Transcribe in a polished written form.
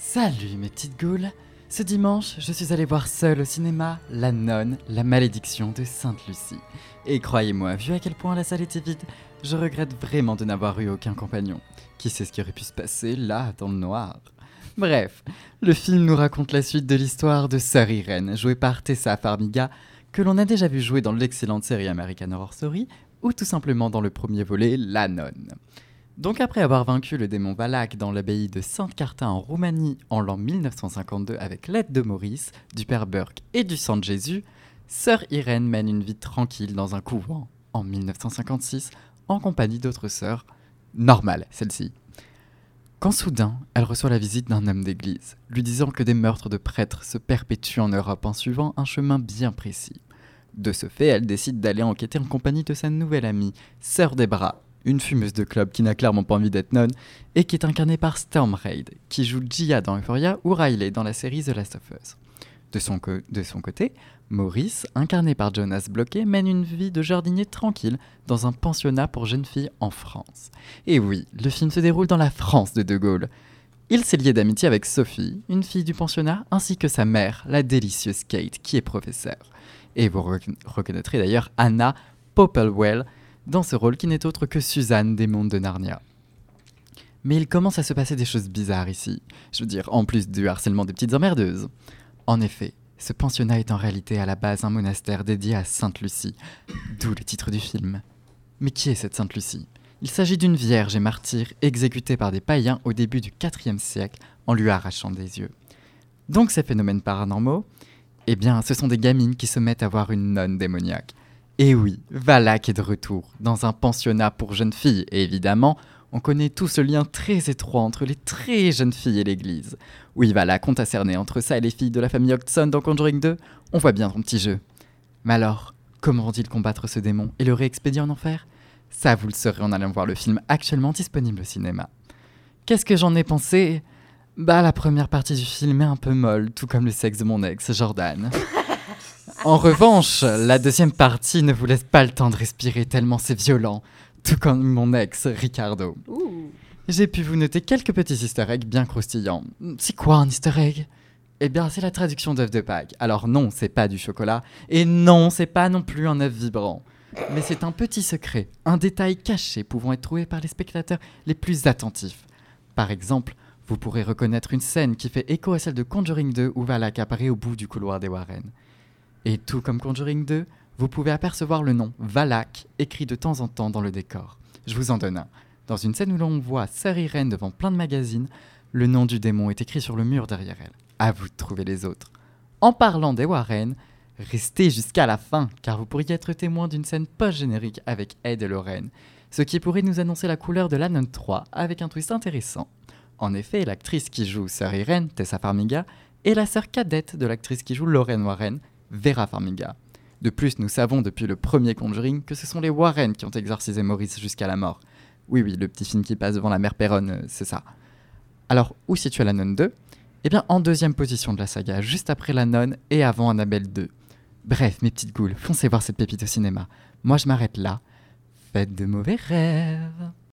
Salut mes petites goules. Ce dimanche, je suis allé voir seul au cinéma La Nonne, la malédiction de Sainte-Lucie. Et croyez-moi, vu à quel point la salle était vide, je regrette vraiment de n'avoir eu aucun compagnon. Qui sait ce qui aurait pu se passer là, dans le noir? Bref, le film nous raconte la suite de l'histoire de Sœur Irène, jouée par Tessa Farmiga, que l'on a déjà vu jouer dans l'excellente série American Horror Story, ou tout simplement dans le premier volet, La Nonne. Donc après avoir vaincu le démon Valak dans l'abbaye de Sainte-Cartin en Roumanie en l'an 1952 avec l'aide de Maurice, du père Burke et du sang de Jésus, Sœur Irène mène une vie tranquille dans un couvent en 1956 en compagnie d'autres sœurs, normales celle-ci. Quand soudain, elle reçoit la visite d'un homme d'église, lui disant que des meurtres de prêtres se perpétuent en Europe en suivant un chemin bien précis. De ce fait, elle décide d'aller enquêter en compagnie de sa nouvelle amie, Sœur Debra, une fumeuse de club qui n'a clairement pas envie d'être nonne, et qui est incarnée par Storm Reid, qui joue Gia dans Euphoria ou Riley dans la série The Last of Us. De son côté, Maurice, incarné par Jonas Bloquet, mène une vie de jardinier tranquille dans un pensionnat pour jeunes filles en France. Et oui, le film se déroule dans la France de De Gaulle. Il s'est lié d'amitié avec Sophie, une fille du pensionnat, ainsi que sa mère, la délicieuse Kate, qui est professeure. Et vous reconnaîtrez d'ailleurs Anna Popplewell, dans ce rôle qui n'est autre que Suzanne des Mondes de Narnia. Mais il commence à se passer des choses bizarres ici, je veux dire, en plus du harcèlement des petites emmerdeuses. En effet, ce pensionnat est en réalité à la base un monastère dédié à Sainte Lucie, d'où le titre du film. Mais qui est cette Sainte Lucie ? Il s'agit d'une vierge et martyre exécutée par des païens au début du IVe siècle en lui arrachant des yeux. Donc ces phénomènes paranormaux, eh bien ce sont des gamines qui se mettent à voir une nonne démoniaque. Et oui, Valak est de retour, dans un pensionnat pour jeunes filles, et évidemment, on connaît tout ce lien très étroit entre les très jeunes filles et l'église. Oui, Valak, on t'a cerné entre ça et les filles de la famille Hodgson dans Conjuring 2, on voit bien ton petit jeu. Mais alors, comment vont-ils combattre ce démon et le réexpédier en enfer ? Ça, vous le saurez en allant voir le film actuellement disponible au cinéma. Qu'est-ce que j'en ai pensé ? Bah, la première partie du film est un peu molle, tout comme le sexe de mon ex, Jordan. En revanche, la deuxième partie ne vous laisse pas le temps de respirer tellement c'est violent, tout comme mon ex, Ricardo. J'ai pu vous noter quelques petits easter eggs bien croustillants. C'est quoi un easter egg ? Eh bien, c'est la traduction d'œuf de Pâques. Alors non, c'est pas du chocolat, et non, c'est pas non plus un œuf vibrant. Mais c'est un petit secret, un détail caché pouvant être trouvé par les spectateurs les plus attentifs. Par exemple, vous pourrez reconnaître une scène qui fait écho à celle de Conjuring 2 où Valak apparaît au bout du couloir des Warren. Et tout comme Conjuring 2, vous pouvez apercevoir le nom Valak écrit de temps en temps dans le décor. Je vous en donne un. Dans une scène où l'on voit Sœur Irène devant plein de magazines, le nom du démon est écrit sur le mur derrière elle. À vous de trouver les autres. En parlant des Warren, restez jusqu'à la fin, car vous pourriez être témoin d'une scène post-générique avec Ed et Lorraine, ce qui pourrait nous annoncer la couleur de La Nonne 3 avec un twist intéressant. En effet, l'actrice qui joue Sœur Irène, Tessa Farmiga, est la sœur cadette de l'actrice qui joue Lorraine Warren, Vera Farmiga. De plus, nous savons depuis le premier Conjuring que ce sont les Warren qui ont exorcisé Maurice jusqu'à la mort. Oui, le petit film qui passe devant la mère Perronne, c'est ça. Alors, où situe La Nonne 2? Eh bien, en deuxième position de la saga, juste après La Nonne et avant Annabelle 2. Bref, mes petites goules, foncez voir cette pépite au cinéma. Moi, je m'arrête là. Faites de mauvais rêves.